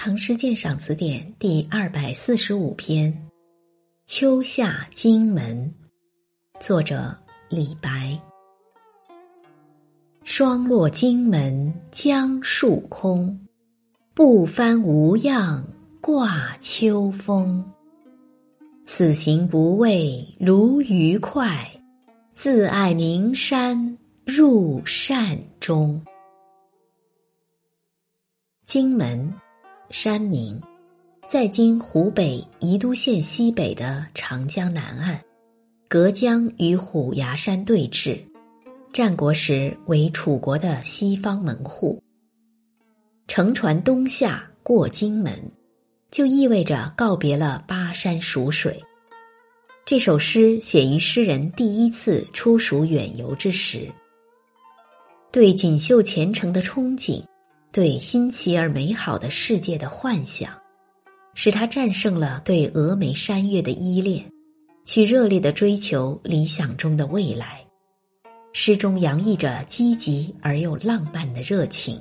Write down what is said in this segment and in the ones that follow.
唐诗鉴赏词典第245篇，秋夏荆门，作者李白。霜落荆门江树空，不翻无恙挂秋风。此行不为鲈鱼快，自爱名山入善中。荆门，山名，在今湖北宜都县西北的长江南岸，隔江与虎牙山对峙，战国时为楚国的西方门户。乘船东下过荆门，就意味着告别了巴山蜀水。这首诗写于诗人第一次出蜀远游之时，对锦绣前程的憧憬，对新奇而美好的世界的幻想，使他战胜了对峨眉山岳的依恋，去热烈地追求理想中的未来。诗中洋溢着积极而又浪漫的热情。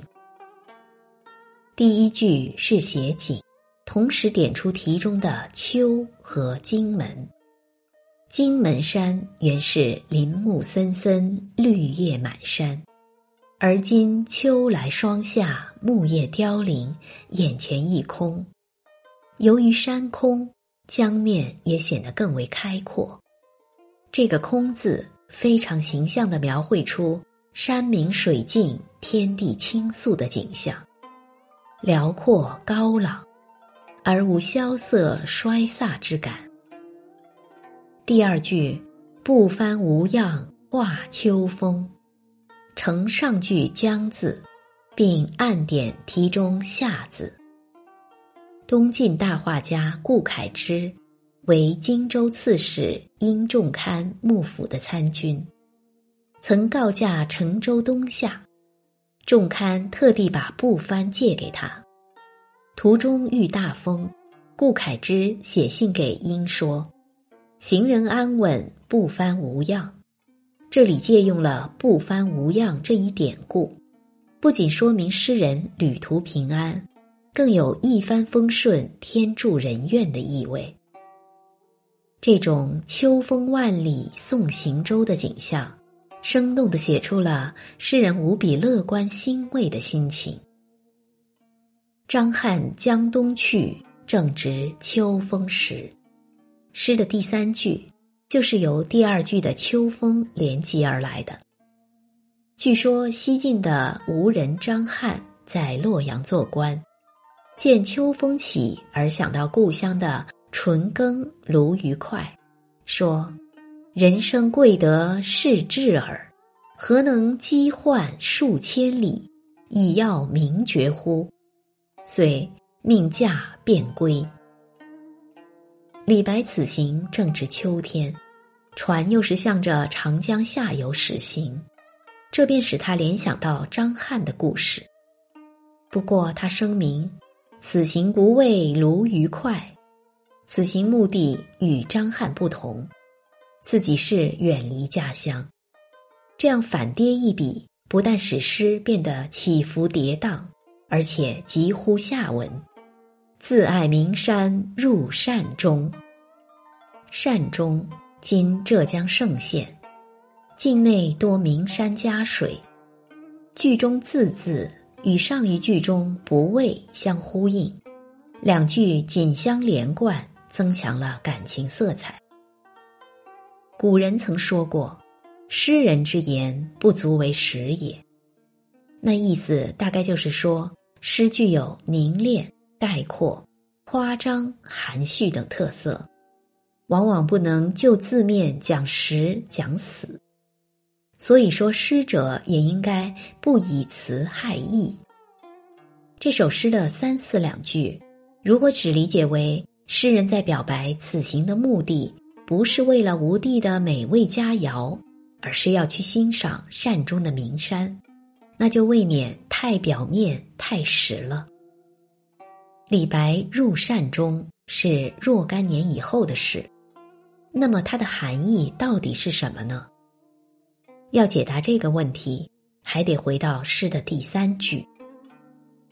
第一句是写景，同时点出题中的秋和荆门。荆门山原是林木森森，绿叶满山，而今秋来霜下，木叶凋零，眼前一空。由于山空，江面也显得更为开阔。这个空字非常形象地描绘出山明水净，天地倾肃的景象，辽阔高朗，而无萧瑟衰飒之感。第二句不翻无恙挂秋风，承上句江字，并暗点题中夏字。东晋大画家顾恺之为荆州刺史殷仲堪幕府的参军，曾告假乘舟东下，仲堪特地把布帆借给他。途中遇大风，顾恺之写信给殷说：行人安稳，不翻无恙。这里借用了不翻无恙这一典故，不仅说明诗人旅途平安，更有一帆风顺，天助人愿的意味。这种秋风万里送行舟的景象，生动地写出了诗人无比乐观欣慰的心情。张翰江东去，正值秋风时。诗的第三句就是由第二句的秋风连集而来的。据说西晋的吴人张翰在洛阳做官，见秋风起而想到故乡的纯耕鲈鱼快，说：人生贵得是至耳，何能积患数千里，以要名绝乎？遂命驾便归。李白此行正值秋天，船又是向着长江下游驶行，这便使他联想到张翰的故事。不过他声明，此行不为鲈鱼快，此行目的与张翰不同，自己是远离家乡。这样反跌一笔，不但使诗变得起伏跌宕，而且急乎下文。自爱名山入善中。善中今浙江嵊县，境内多名山佳水。句中自字与上一句中不为相呼应，两句紧相连贯，增强了感情色彩。古人曾说过，诗人之言不足为实也。那意思大概就是说，诗具有凝练、概括、夸张、含蓄等特色，往往不能就字面讲实讲死。所以说诗者也应该不以词害意。这首诗的三四两句，如果只理解为诗人在表白此行的目的不是为了无地的美味佳肴，而是要去欣赏善中的名山，那就未免太表面太实了。李白入善中是若干年以后的事，那么它的含义到底是什么呢？要解答这个问题，还得回到诗的第三句。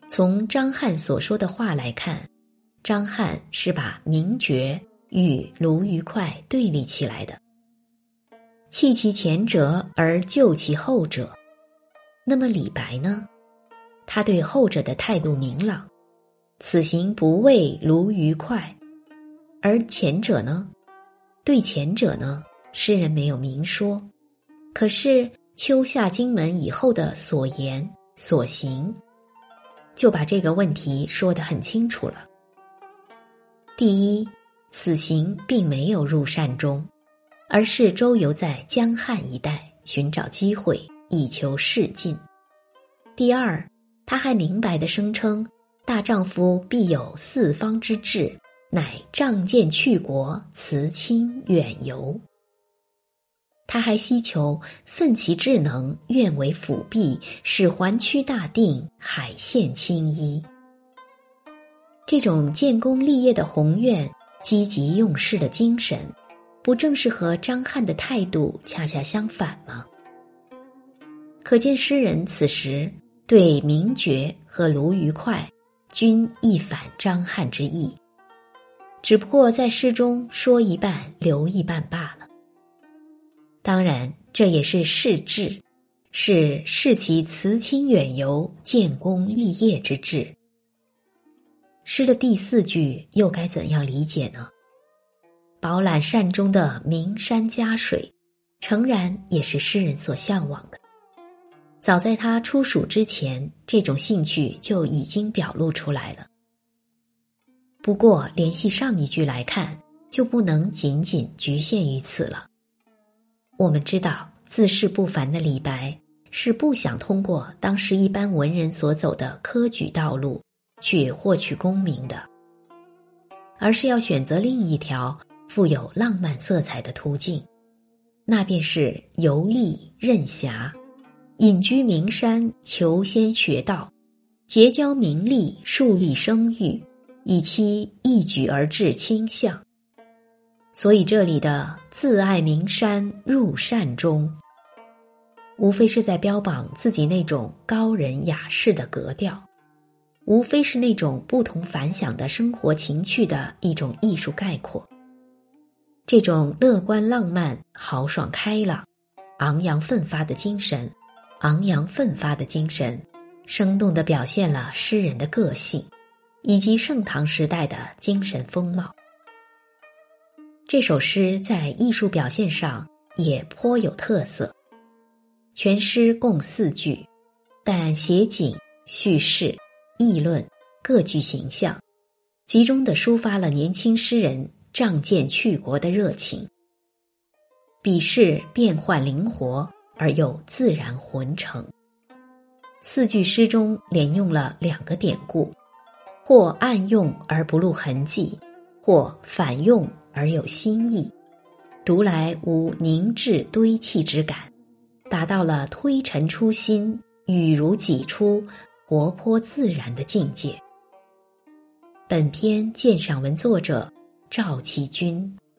从张翰所说的话来看，张翰是把名爵与卢愉快对立起来的，弃其前者而就其后者。那么李白呢？他对后者的态度明朗，此行不为卢愉快。而前者呢？对前者呢，诗人没有明说，可是秋下荆门以后的所言所行，就把这个问题说得很清楚了。第一，此行并没有入善中，而是周游在江汉一带，寻找机会，以求仕进。第二，他还明白地声称，大丈夫必有四方之志，乃仗剑去国，辞亲远游。他还希求奋其智能，愿为辅弼，使环区大定，海县轻依。这种建功立业的宏愿，积极用事的精神，不正是和张翰的态度恰恰相反吗？可见诗人此时对名爵和卢愉快均一反张翰之意，只不过在诗中说一半留一半罢了。当然，这也是士志，是视其辞亲远游、建功立业之志。诗的第四句又该怎样理解呢？饱览善中的名山佳水，诚然也是诗人所向往的。早在他出蜀之前，这种兴趣就已经表露出来了。不过联系上一句来看，就不能仅仅局限于此了。我们知道，自视不凡的李白是不想通过当时一般文人所走的科举道路去获取功名的，而是要选择另一条富有浪漫色彩的途径，那便是游历任侠，隐居名山，求仙学道，结交名利，树立声誉，以期一举而至倾向。所以这里的自爱名山入善中，无非是在标榜自己那种高人雅士的格调，无非是那种不同凡响的生活情趣的一种艺术概括。这种乐观浪漫、豪爽开朗、昂扬奋发的精神，生动地表现了诗人的个性，以及盛唐时代的精神风貌。这首诗在艺术表现上也颇有特色。全诗共4句，但写景、叙事、议论各具形象，集中地抒发了年轻诗人仗剑去国的热情。笔势变幻灵活，而又自然浑成。4句诗中连用了2个典故，或暗用而不露痕迹，或反用而有新意，读来无凝滞堆砌之感，达到了推陈出新、语如己出、活泼自然的境界。本篇鉴赏文作者赵其君。